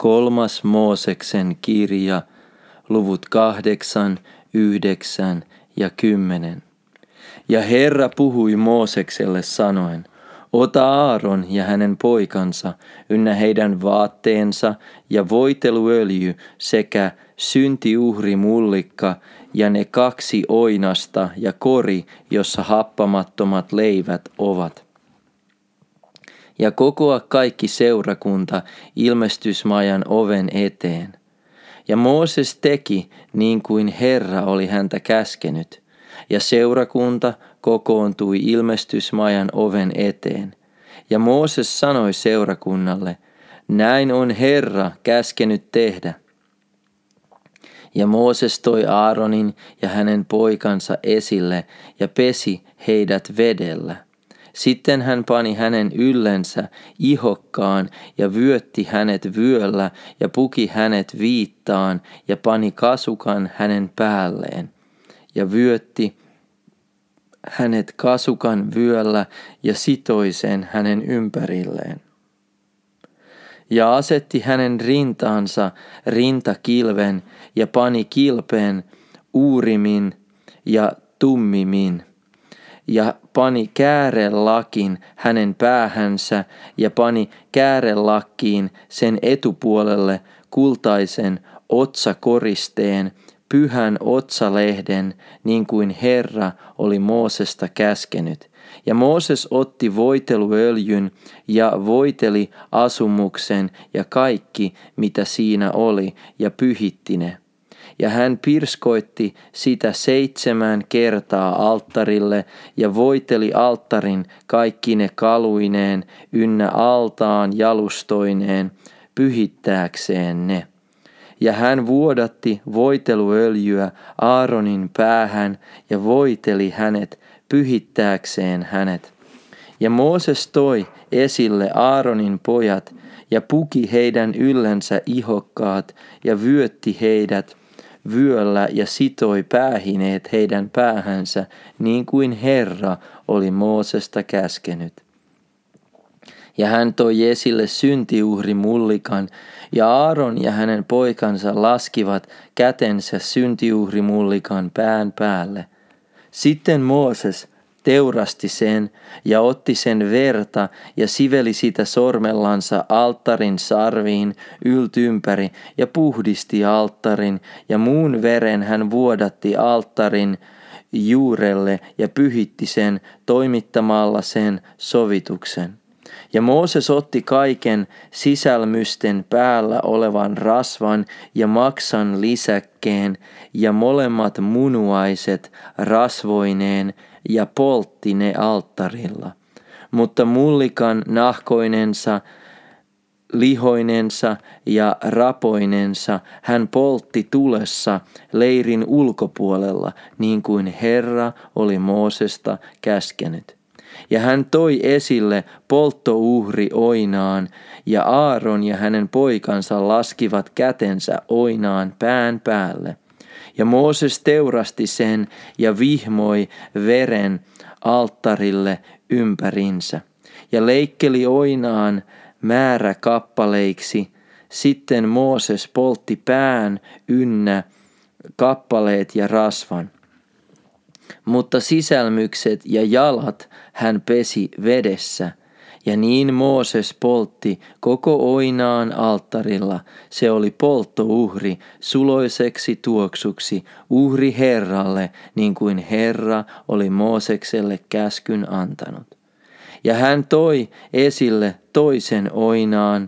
3. Mooseksen kirja, luvut 8, 9 ja 10. Ja Herra puhui Moosekselle sanoen, ota Aaron ja hänen poikansa, ynnä heidän vaatteensa ja voiteluöljy sekä syntiuhrimullikka ja ne 2 oinasta ja kori, jossa happamattomat leivät ovat. Ja kokoa kaikki seurakunta ilmestysmajan oven eteen. Ja Mooses teki niin kuin Herra oli häntä käskenyt, ja seurakunta kokoontui ilmestysmajan oven eteen. Ja Mooses sanoi seurakunnalle, näin on Herra käskenyt tehdä. Ja Mooses toi Aaronin ja hänen poikansa esille ja pesi heidät vedellä. Sitten hän pani hänen yllensä ihokkaan ja vyötti hänet vyöllä ja puki hänet viittaan ja pani kasukan hänen päälleen. Ja vyötti hänet kasukan vyöllä ja sitoi sen hänen ympärilleen. Ja asetti hänen rintaansa rintakilven ja pani kilpeen Uurimin ja Tummimin. Ja pani käärelakin hänen päähänsä ja pani käärelakkiin sen etupuolelle kultaisen otsakoristeen, pyhän otsalehden, niin kuin Herra oli Moosesta käskenyt. Ja Mooses otti voiteluöljyn ja voiteli asumuksen ja kaikki, mitä siinä oli, ja pyhitti ne. Ja hän pirskoitti sitä 7 kertaa alttarille ja voiteli alttarin kaikkine kaluineen ynnä altaan jalustoineen pyhittääkseen ne. Ja hän vuodatti voiteluöljyä Aaronin päähän ja voiteli hänet pyhittääkseen hänet. Ja Mooses toi esille Aaronin pojat ja puki heidän yllensä ihokkaat ja vyötti heidät vyöllä ja sitoi päähineet heidän päähänsä, niin kuin Herra oli Moosesta käskenyt. Ja hän toi esille syntiuhrimullikan, ja Aaron ja hänen poikansa laskivat kätensä syntiuhrimullikan pään päälle. Sitten Mooses teurasti sen ja otti sen verta ja siveli sitä sormellansa alttarin sarviin yltympäri ja puhdisti alttarin ja muun veren hän vuodatti alttarin juurelle ja pyhitti sen toimittamalla sen sovituksen. Ja Mooses otti kaiken sisälmysten päällä olevan rasvan ja maksan lisäkkeen ja molemmat munuaiset rasvoineen ja poltti ne alttarilla. Mutta mullikan nahkoinensa, lihoinensa ja rapoinensa hän poltti tulessa leirin ulkopuolella, niin kuin Herra oli Moosesta käskenyt. Ja hän toi esille polttouhri oinaan, ja Aaron ja hänen poikansa laskivat kätensä oinaan pään päälle. Ja Mooses teurasti sen ja vihmoi veren alttarille ympärinsä. Ja leikkeli oinaan määräkappaleiksi. Sitten Mooses poltti pään ynnä kappaleet ja rasvan. Mutta sisälmykset ja jalat hän pesi vedessä. Ja niin Mooses poltti koko oinaan alttarilla. Se oli polttouhri suloiseksi tuoksuksi, uhri Herralle, niin kuin Herra oli Moosekselle käskyn antanut. Ja hän toi esille toisen oinaan,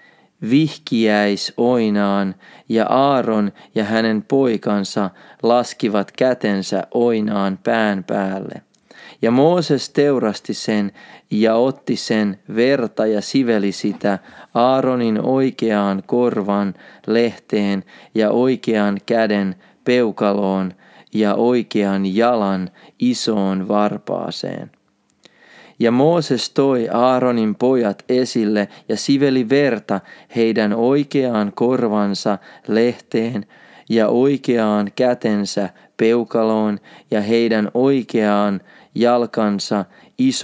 vihkiäisoinaan, ja Aaron ja hänen poikansa laskivat kätensä oinaan pään päälle. Ja Mooses teurasti sen ja otti sen verta ja siveli sitä Aaronin oikeaan korvan lehteen ja oikean käden peukaloon ja oikean jalan isoon varpaaseen. Ja Mooses toi Aaronin pojat esille ja siveli verta heidän oikeaan korvansa lehteen ja oikeaan kätensä peukaloon ja heidän oikeaan jalkansa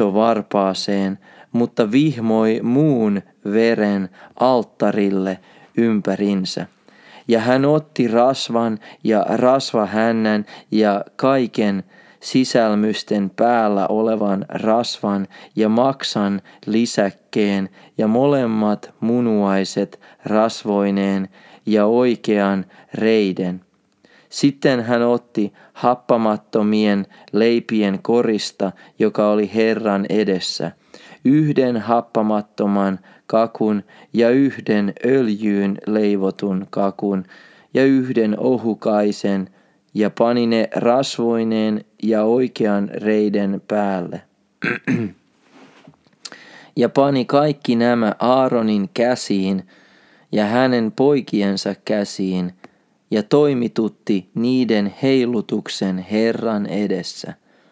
isovarpaaseen, mutta vihmoi muun veren alttarille ympärinsä. Ja hän otti rasvan ja rasvahännän ja kaiken sisälmysten päällä olevan rasvan ja maksan lisäkkeen ja molemmat munuaiset rasvoineen ja oikean reiden. Sitten hän otti happamattomien leipien korista, joka oli Herran edessä, yhden happamattoman kakun ja yhden öljyyn leivotun kakun ja yhden ohukaisen ja pani ne rasvoineen ja oikean reiden päälle. Ja pani kaikki nämä Aaronin käsiin ja hänen poikiensa käsiin ja toimitutti niiden heilutuksen Herran edessä.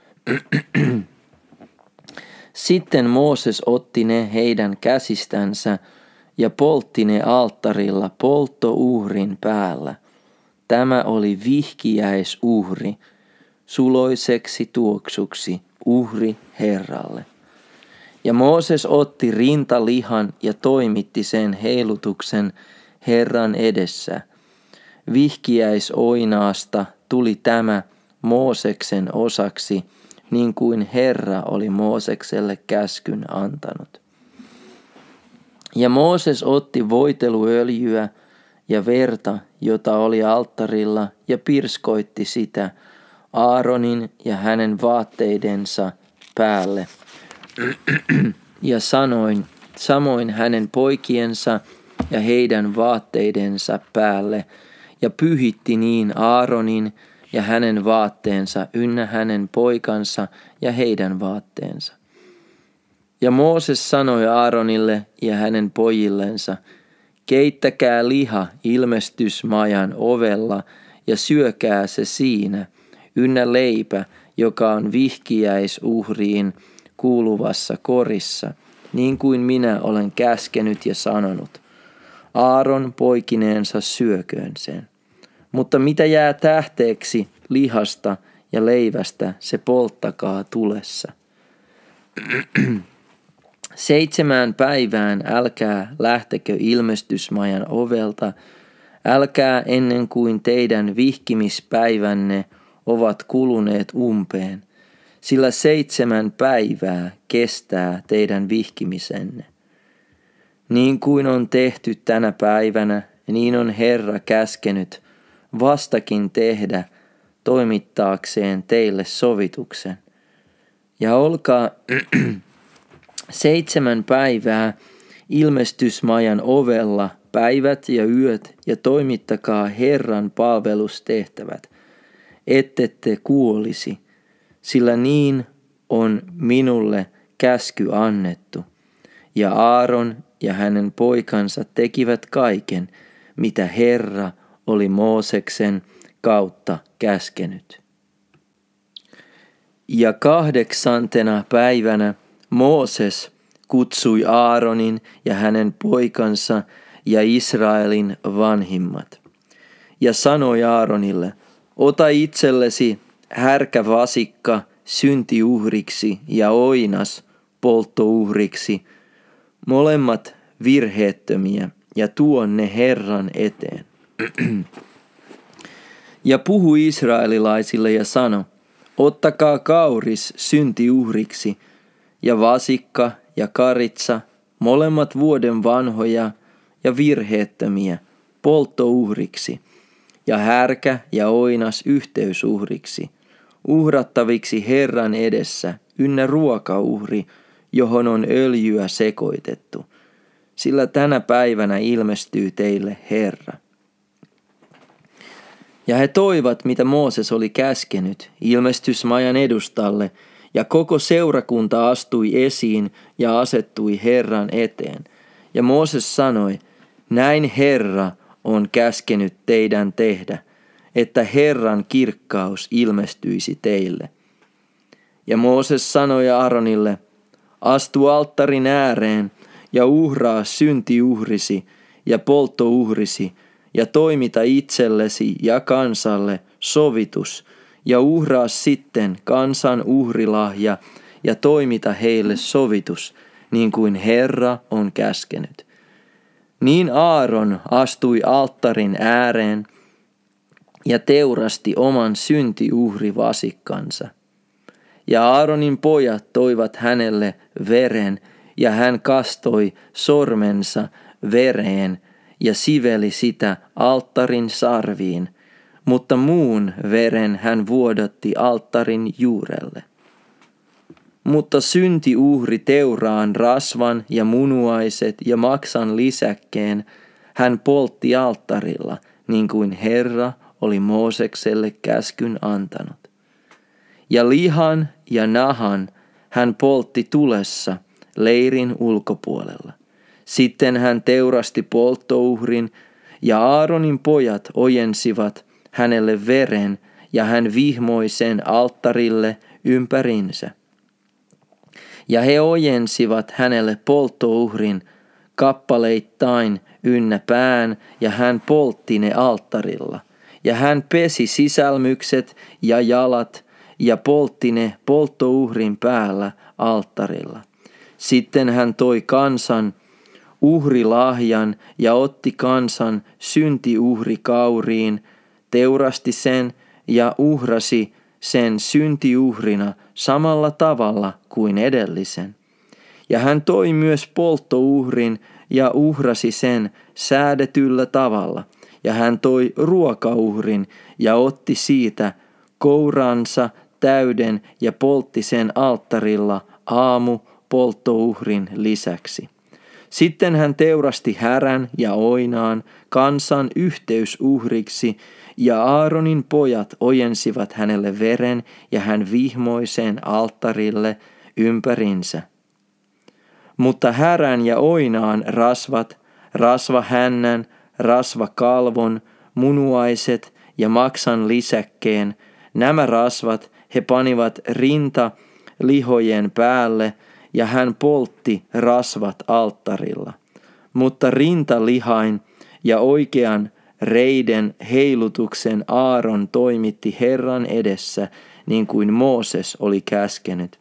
Sitten Mooses otti ne heidän käsistänsä ja poltti ne alttarilla polttouhrin päällä. Tämä oli vihkiäisuhri, suloiseksi tuoksuksi, uhri Herralle. Ja Mooses otti rintalihan ja toimitti sen heilutuksen Herran edessä. Vihkiäisoinaasta tuli tämä Mooseksen osaksi, niin kuin Herra oli Moosekselle käskyn antanut. Ja Mooses otti voiteluöljyä ja verta, jota oli alttarilla, ja pirskoitti sitä Aaronin ja hänen vaatteidensa päälle. Ja samoin hänen poikiensa ja heidän vaatteidensa päälle, ja pyhitti niin Aaronin ja hänen vaatteensa ynnä hänen poikansa ja heidän vaatteensa. Ja Mooses sanoi Aaronille ja hänen pojillensa, keittäkää liha ilmestysmajan ovella ja syökää se siinä, ynnä leipä, joka on vihkiäisuhriin kuuluvassa korissa, niin kuin minä olen käskenyt ja sanonut. Aaron poikineensa syököön sen. Mutta mitä jää tähteeksi lihasta ja leivästä, se polttakaa tulessa. 7 päivään älkää lähtekö ilmestysmajan ovelta, älkää ennen kuin teidän vihkimispäivänne ovat kuluneet umpeen, sillä 7 päivää kestää teidän vihkimisenne. Niin kuin on tehty tänä päivänä, niin on Herra käskenyt vastakin tehdä toimittaakseen teille sovituksen. Ja olkaa 7 päivää ilmestysmajan ovella päivät ja yöt ja toimittakaa Herran palvelustehtävät, ettette kuolisi, sillä niin on minulle käsky annettu. Ja Aaron ja hänen poikansa tekivät kaiken, mitä Herra oli Mooseksen kautta käskenyt. Ja 8. päivänä Mooses kutsui Aaronin ja hänen poikansa ja Israelin vanhimmat. Ja sanoi Aaronille, ota itsellesi härkävasikka syntiuhriksi ja oinas polttouhriksi, molemmat virheettömiä, ja tuo ne Herran eteen. Ja puhu israelilaisille ja sano, ottakaa kauris syntiuhriksi, ja vasikka ja karitsa, molemmat vuoden vanhoja ja virheettömiä, polttouhriksi, ja härkä ja oinas yhteysuhriksi, uhrattaviksi Herran edessä, ynnä ruokauhri, johon on öljyä sekoitettu, sillä tänä päivänä ilmestyy teille Herra. Ja he toivat, mitä Mooses oli käskenyt, ilmestysmajan edustalle, ja koko seurakunta astui esiin ja asettui Herran eteen. Ja Mooses sanoi, näin Herra on käskenyt teidän tehdä, että Herran kirkkaus ilmestyisi teille. Ja Mooses sanoi Aaronille, astu alttarin ääreen ja uhraa syntiuhrisi ja polttouhrisi ja toimita itsellesi ja kansalle sovitus ja uhraa sitten kansan uhrilahja ja toimita heille sovitus, niin kuin Herra on käskenyt. Niin Aaron astui alttarin ääreen ja teurasti oman syntiuhrivasikkansa. Ja Aaronin pojat toivat hänelle veren, ja hän kastoi sormensa vereen ja siveli sitä alttarin sarviin, mutta muun veren hän vuodatti alttarin juurelle. Mutta syntiuhri teuraan rasvan ja munuaiset ja maksan lisäkkeen hän poltti alttarilla, niin kuin Herra oli Moosekselle käskyn antanut. Ja lihan ja nahan hän poltti tulessa leirin ulkopuolella. Sitten hän teurasti polttouhrin, ja Aaronin pojat ojensivat hänelle veren, ja hän vihmoi sen alttarille ympärinsä. Ja he ojensivat hänelle polttouhrin kappaleittain ynnä pään, ja hän poltti ne alttarilla. Ja hän pesi sisälmykset ja jalat, ja poltti ne polttouhrin päällä alttarilla. Sitten hän toi kansan uhrilahjan ja otti kansan syntiuhrikauriin, teurasti sen ja uhrasi sen syntiuhrina samalla tavalla kuin edellisen. Ja hän toi myös polttouhrin ja uhrasi sen säädetyllä tavalla. Ja hän toi ruokauhrin ja otti siitä kouransa täyden ja poltti sen alttarilla aamu polttouhrin lisäksi. Sitten hän teurasti härän ja oinaan kansan yhteysuhriksi, ja Aaronin pojat ojensivat hänelle veren, ja hän vihmoi sen alttarille ympärinsä. Mutta härän ja oinaan rasvat, rasvahännän, rasvakalvon, munuaiset ja maksan lisäkkeen, nämä rasvat he panivat rintalihojen päälle, ja hän poltti rasvat alttarilla. Mutta rintalihain ja oikean reiden heilutuksen Aaron toimitti Herran edessä, niin kuin Mooses oli käskenyt.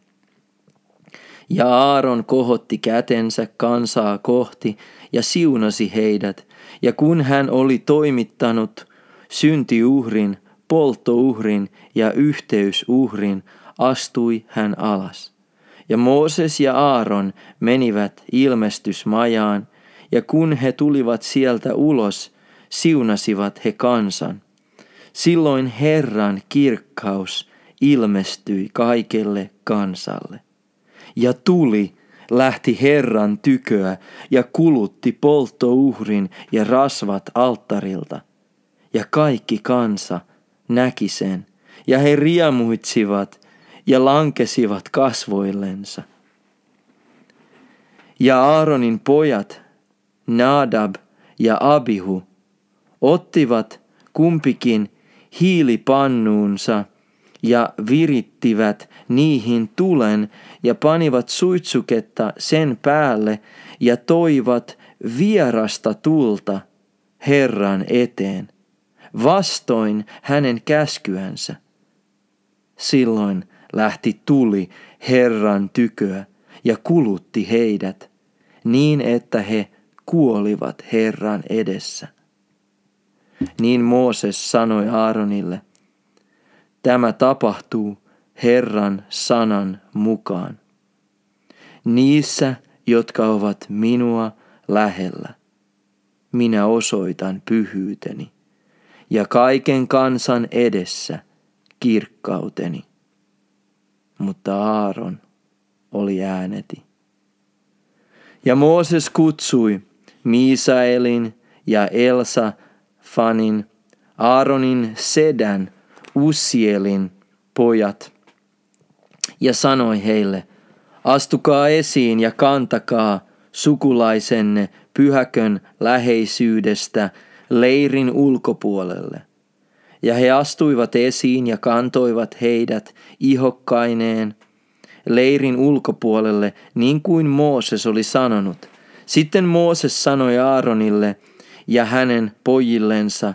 Ja Aaron kohotti kätensä kansaa kohti ja siunasi heidät, ja kun hän oli toimittanut syntiuhrin, polttouhrin ja yhteysuhrin, astui hän alas. Ja Mooses ja Aaron menivät ilmestysmajaan, ja kun he tulivat sieltä ulos, siunasivat he kansan. Silloin Herran kirkkaus ilmestyi kaikelle kansalle. Ja tuli lähti Herran tyköä ja kulutti polttouhrin ja rasvat alttarilta. Ja kaikki kansa näki sen, ja he riemuitsivat ja lankesivat kasvoillensa. Ja Aaronin pojat, Nadab ja Abihu, ottivat kumpikin hiilipannuunsa ja virittivät niihin tulen ja panivat suitsuketta sen päälle ja toivat vierasta tulta Herran eteen, vastoin hänen käskyänsä. Silloin lähti tuli Herran tyköä ja kulutti heidät, niin että he kuolivat Herran edessä. Niin Mooses sanoi Aaronille, tämä tapahtuu Herran sanan mukaan. Niissä, jotka ovat minua lähellä, minä osoitan pyhyyteni ja kaiken kansan edessä kirkkauteni. Mutta Aaron oli ääneti. Ja Mooses kutsui Miisaelin ja Elsafanin, Aaronin sedän, Ussielin pojat, ja sanoi heille, astukaa esiin ja kantakaa sukulaisenne pyhäkön läheisyydestä leirin ulkopuolelle. Ja he astuivat esiin ja kantoivat heidät ihokkaineen leirin ulkopuolelle, niin kuin Mooses oli sanonut. Sitten Mooses sanoi Aaronille ja hänen pojillensa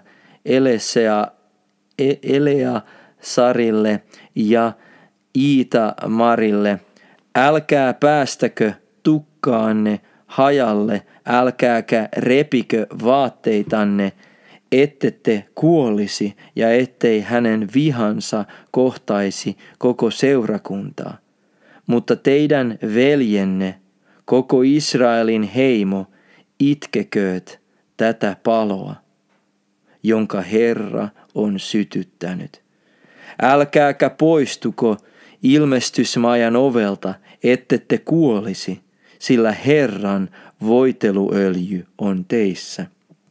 Eleasarille ja Iitamarille, älkää päästäkö tukkaanne hajalle, älkääkä repikö vaatteitanne, ettette kuolisi ja ettei hänen vihansa kohtaisi koko seurakuntaa. Mutta teidän veljenne, koko Israelin heimo, itkekööt tätä paloa, jonka Herra on sytyttänyt. Älkääkä poistuko ilmestysmajan ovelta, ettette kuolisi, sillä Herran voiteluöljy on teissä.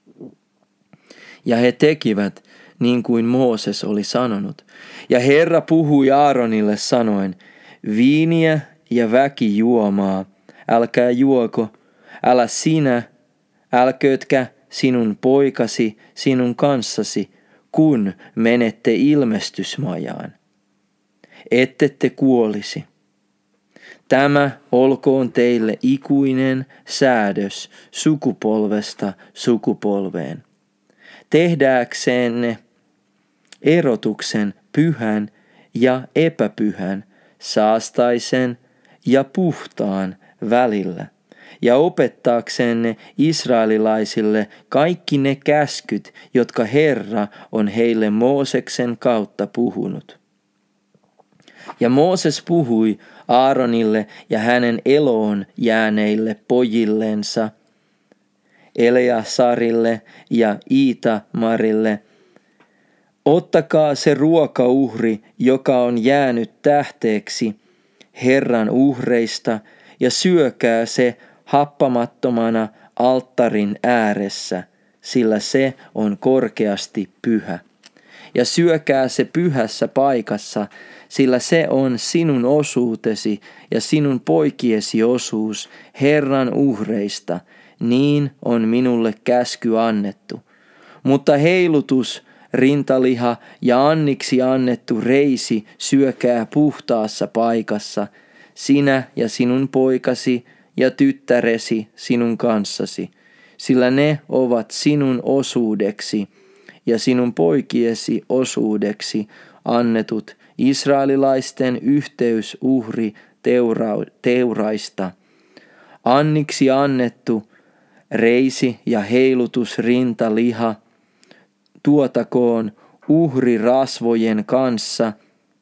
Ja he tekivät niin kuin Mooses oli sanonut. Ja Herra puhui Aaronille sanoen, viiniä ja väki juomaa, älkää juoko, älä sinä, älköötkä sinun poikasi sinun kanssasi, kun menette ilmestysmajaan, ettette kuolisi. Tämä olkoon teille ikuinen säädös sukupolvesta sukupolveen. Tehdääksenne erotuksen pyhän ja epäpyhän, saastaisen ja puhtaan välillä, ja opettaaksenne israelilaisille kaikki ne käskyt, jotka Herra on heille Mooseksen kautta puhunut. Ja Mooses puhui Aaronille ja hänen eloon jääneille pojillensa, Eleasarille ja Iitamarille, ottakaa se ruokauhri, joka on jäänyt tähteeksi Herran uhreista, ja syökää se happamattomana alttarin ääressä, sillä se on korkeasti pyhä. Ja syökää se pyhässä paikassa, sillä se on sinun osuutesi ja sinun poikiesi osuus Herran uhreista, niin on minulle käsky annettu. Mutta heilutus, rintaliha ja anniksi annettu reisi syökää puhtaassa paikassa, sinä ja sinun poikasi ja tyttäresi sinun kanssasi, sillä ne ovat sinun osuudeksi ja sinun poikiesi osuudeksi annetut israelilaisten yhteysuhri teuraista. Anniksi annettu reisi ja heilutusrintaliha tuotakoon uhrirasvojen kanssa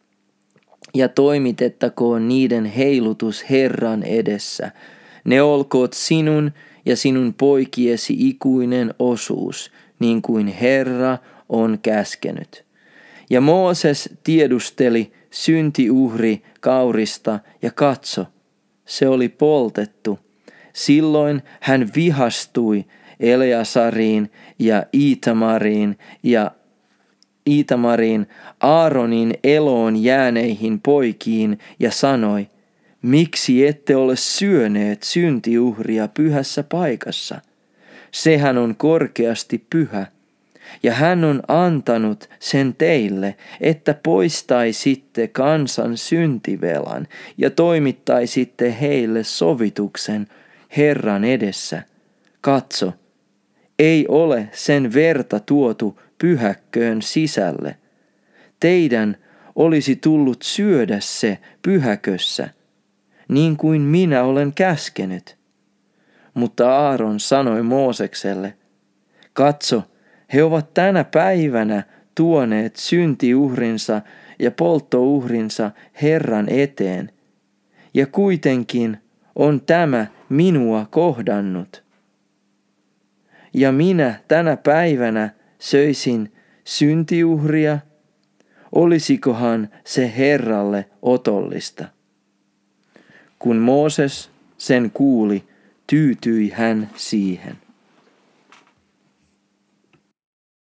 ja toimitettakoon niiden heilutus Herran edessä. Ne olkoot sinun ja sinun poikiesi ikuinen osuus, niin kuin Herra on käskenyt. Ja Mooses tiedusteli syntiuhri kaurista ja katso, se oli poltettu. Silloin hän vihastui Eleasariin ja Iitamariin, Aaronin eloon jääneihin poikiin ja sanoi, miksi ette ole syöneet syntiuhria pyhässä paikassa? Sehän on korkeasti pyhä. Ja hän on antanut sen teille, että poistaisitte kansan syntivelan ja toimittaisitte heille sovituksen Herran edessä. Katso, ei ole sen verta tuotu pyhäkköön sisälle. Teidän olisi tullut syödä se pyhäkössä, niin kuin minä olen käskenyt. Mutta Aaron sanoi Moosekselle, katso, he ovat tänä päivänä tuoneet syntiuhrinsa ja polttouhrinsa Herran eteen, ja kuitenkin on tämä minua kohdannut. Ja minä tänä päivänä söisin syntiuhria, olisikohan se Herralle otollista? Kun Mooses sen kuuli, tyytyi hän siihen.